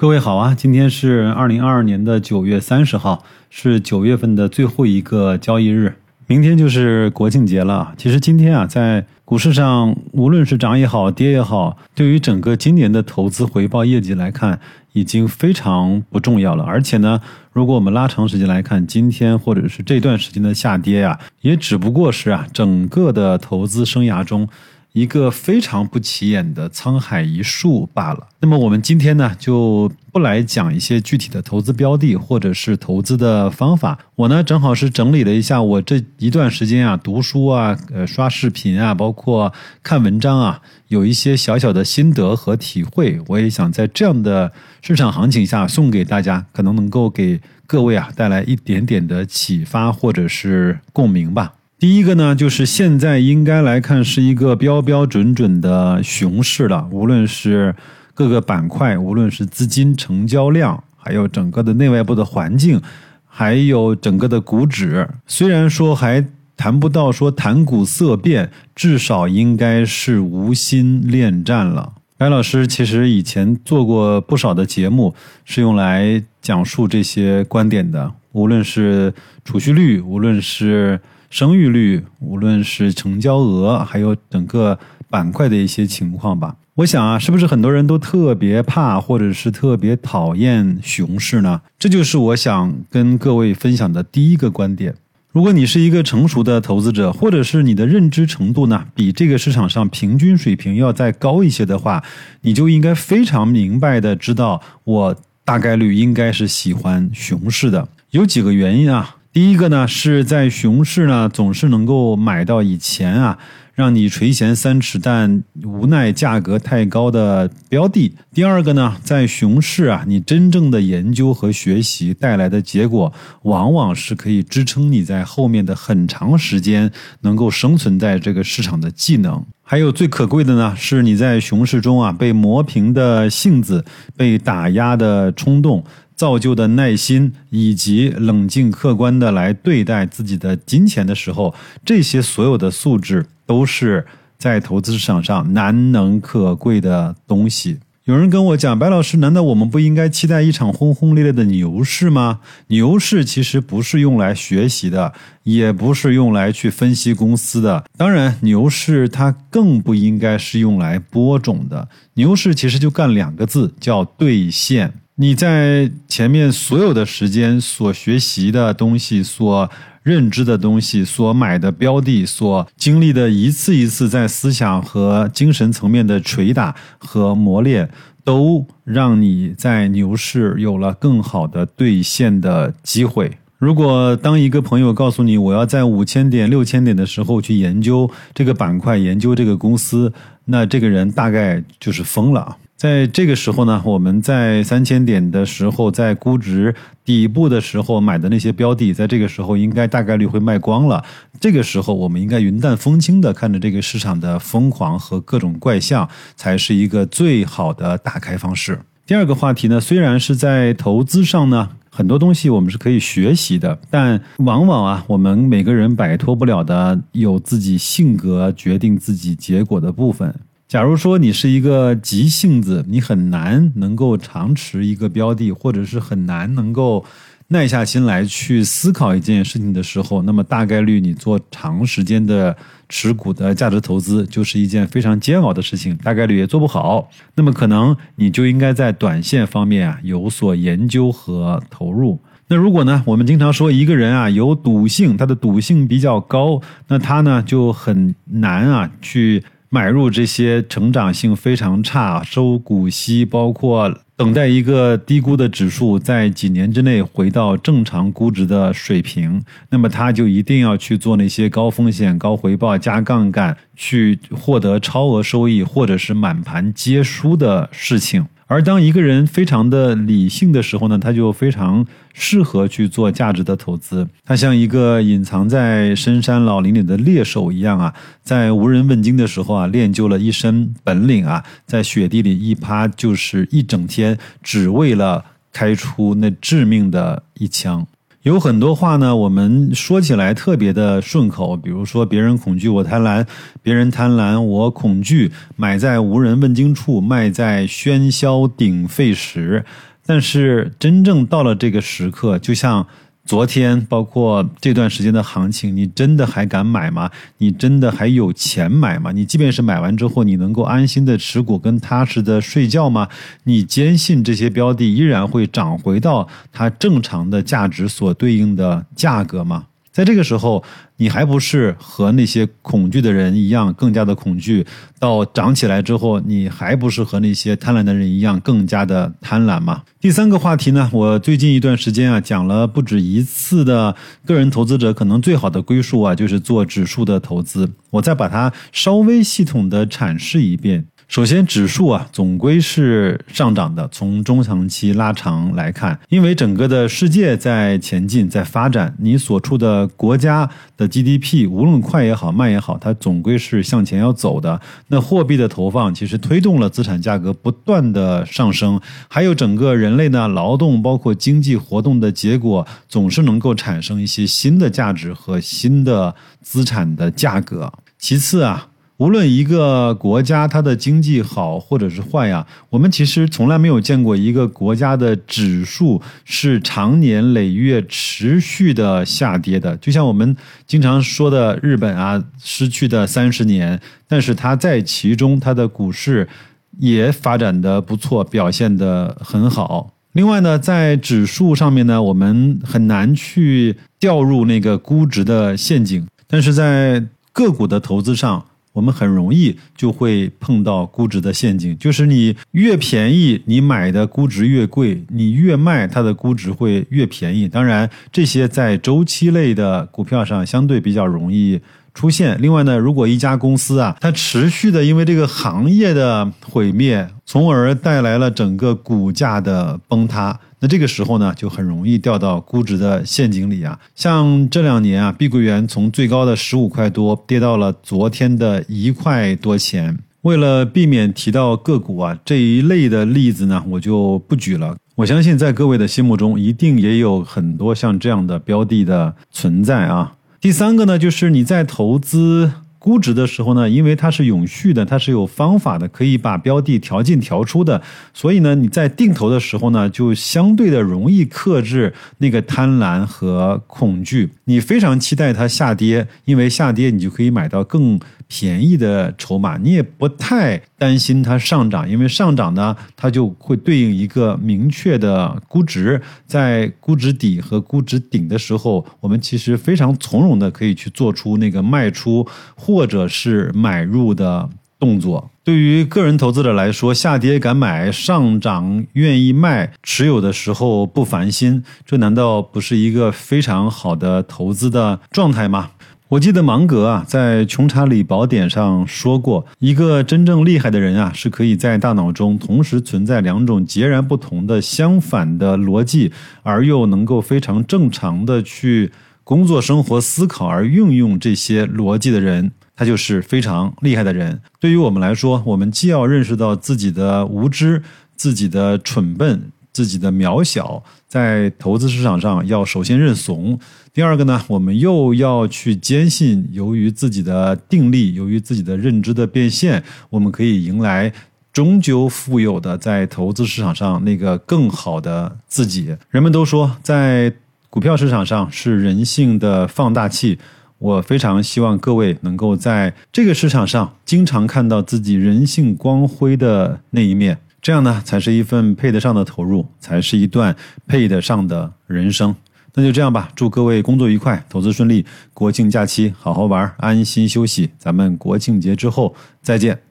各位好啊，今天是2022年的9月30号，是9月份的最后一个交易日，明天就是国庆节了。其实今天啊，在股市上无论是涨也好跌也好，对于整个今年的投资回报业绩来看已经非常不重要了。而且呢，如果我们拉长时间来看，今天或者是这段时间的下跌啊，也只不过是整个的投资生涯中一个非常不起眼的沧海一粟罢了。那么我们今天呢，就不来讲一些具体的投资标的或者是投资的方法。我呢正好是整理了一下我这一段时间读书刷视频包括看文章有一些小小的心得和体会，我也想在这样的市场行情下送给大家，可能能够给各位带来一点点的启发或者是共鸣吧。第一个呢，就是现在应该来看是一个标标准准的熊市了，无论是各个板块，无论是资金成交量，还有整个的内外部的环境，还有整个的股指，虽然说还谈不到说谈股色变，至少应该是无心恋战了。白老师其实以前做过不少的节目，是用来讲述这些观点的，无论是储蓄率，无论是生育率，无论是成交额，还有整个板块的一些情况吧。我想是不是很多人都特别怕或者是特别讨厌熊市呢？这就是我想跟各位分享的第一个观点。如果你是一个成熟的投资者，或者是你的认知程度呢，比这个市场上平均水平要再高一些的话，你就应该非常明白的知道，我大概率应该是喜欢熊市的。有几个原因第一个呢，是在熊市呢总是能够买到以前让你垂涎三尺但无奈价格太高的标的。第二个呢，在熊市你真正的研究和学习带来的结果，往往是可以支撑你在后面的很长时间能够生存在这个市场的技能。还有最可贵的呢，是你在熊市中被磨平的性子，被打压的冲动，造就的耐心，以及冷静客观的来对待自己的金钱的时候，这些所有的素质都是在投资市场上难能可贵的东西。有人跟我讲，白老师，难道我们不应该期待一场轰轰烈烈的牛市吗？牛市其实不是用来学习的，也不是用来去分析公司的。当然，牛市它更不应该是用来播种的。牛市其实就干2个字，叫兑现。你在前面所有的时间所学习的东西，所认知的东西，所买的标的，所经历的一次一次在思想和精神层面的捶打和磨练，都让你在牛市有了更好的兑现的机会。如果当一个朋友告诉你，我要在5000点6000点的时候去研究这个板块，研究这个公司，那这个人大概就是疯了。在这个时候呢，我们在3000点的时候，在估值底部的时候买的那些标的，在这个时候应该大概率会卖光了。这个时候我们应该云淡风轻的看着这个市场的疯狂和各种怪象，才是一个最好的打开方式。第二个话题呢，虽然是在投资上呢，很多东西我们是可以学习的，但往往我们每个人摆脱不了的有自己性格决定自己结果的部分。假如说你是一个急性子，你很难能够长持一个标的，或者是很难能够耐下心来去思考一件事情的时候，那么大概率你做长时间的持股的价值投资就是一件非常煎熬的事情，大概率也做不好。那么可能你就应该在短线方面有所研究和投入。那如果呢，我们经常说一个人有赌性，他的赌性比较高，那他呢就很难去买入这些成长性非常差、收股息，包括等待一个低估的指数在几年之内回到正常估值的水平，那么他就一定要去做那些高风险、高回报、加杠杆，去获得超额收益或者是满盘皆输的事情。而当一个人非常的理性的时候呢，他就非常适合去做价值的投资。他像一个隐藏在深山老林里的猎手一样在无人问津的时候练就了一身本领在雪地里一趴就是一整天，只为了开出那致命的一枪。有很多话呢，我们说起来特别的顺口，比如说别人恐惧我贪婪，别人贪婪我恐惧，买在无人问津处，卖在喧嚣鼎沸时。 但是真正到了这个时刻，就像昨天包括这段时间的行情，你真的还敢买吗？你真的还有钱买吗？你即便是买完之后，你能够安心的持股跟踏实的睡觉吗？你坚信这些标的依然会涨回到它正常的价值所对应的价格吗？在这个时候，你还不是和那些恐惧的人一样更加的恐惧，到涨起来之后，你还不是和那些贪婪的人一样更加的贪婪吗？第三个话题呢，我最近一段时间讲了不止一次的个人投资者可能最好的归宿就是做指数的投资，我再把它稍微系统的阐释一遍。首先指数总归是上涨的，从中长期拉长来看，因为整个的世界在前进在发展，你所处的国家的 GDP 无论快也好慢也好，它总归是向前要走的。那货币的投放其实推动了资产价格不断的上升，还有整个人类呢劳动包括经济活动的结果，总是能够产生一些新的价值和新的资产的价格。其次无论一个国家它的经济好或者是坏我们其实从来没有见过一个国家的指数是长年累月持续的下跌的。就像我们经常说的日本失去的30年，但是它在其中它的股市也发展的不错，表现的很好。另外呢，在指数上面呢，我们很难去掉入那个估值的陷阱，但是在个股的投资上，我们很容易就会碰到估值的陷阱，就是你越便宜，你买的估值越贵，你越卖，它的估值会越便宜。当然，这些在周期类的股票上相对比较容易出现。另外呢，如果一家公司它持续的因为这个行业的毁灭，从而带来了整个股价的崩塌，那这个时候呢，就很容易掉到估值的陷阱里像这2年碧桂园从最高的15块多跌到了昨天的1块多钱。为了避免提到个股这一类的例子呢，我就不举了。我相信在各位的心目中一定也有很多像这样的标的的存在第三个呢，就是你在投资估值的时候呢，因为它是永续的，它是有方法的，可以把标的调进调出的，所以呢，你在定投的时候呢，就相对的容易克制那个贪婪和恐惧。你非常期待它下跌，因为下跌你就可以买到更便宜的筹码，你也不太担心它上涨，因为上涨呢，它就会对应一个明确的估值，在估值底和估值顶的时候，我们其实非常从容的可以去做出那个卖出或者是买入的动作。对于个人投资者来说，下跌敢买，上涨愿意卖，持有的时候不烦心，这难道不是一个非常好的投资的状态吗？我记得芒格在《穷查理宝典》上说过，一个真正厉害的人是可以在大脑中同时存在2种截然不同的相反的逻辑，而又能够非常正常的去工作生活思考而运用这些逻辑的人，他就是非常厉害的人。对于我们来说，我们既要认识到自己的无知，自己的蠢笨，自己的渺小，在投资市场上要首先认怂。第二个呢，我们又要去坚信，由于自己的定力，由于自己的认知的变现，我们可以迎来终究富有的在投资市场上那个更好的自己。人们都说在股票市场上是人性的放大器，我非常希望各位能够在这个市场上经常看到自己人性光辉的那一面，这样呢才是一份配得上的投入，才是一段配得上的人生。那就这样吧，祝各位工作愉快，投资顺利，国庆假期好好玩，安心休息，咱们国庆节之后再见。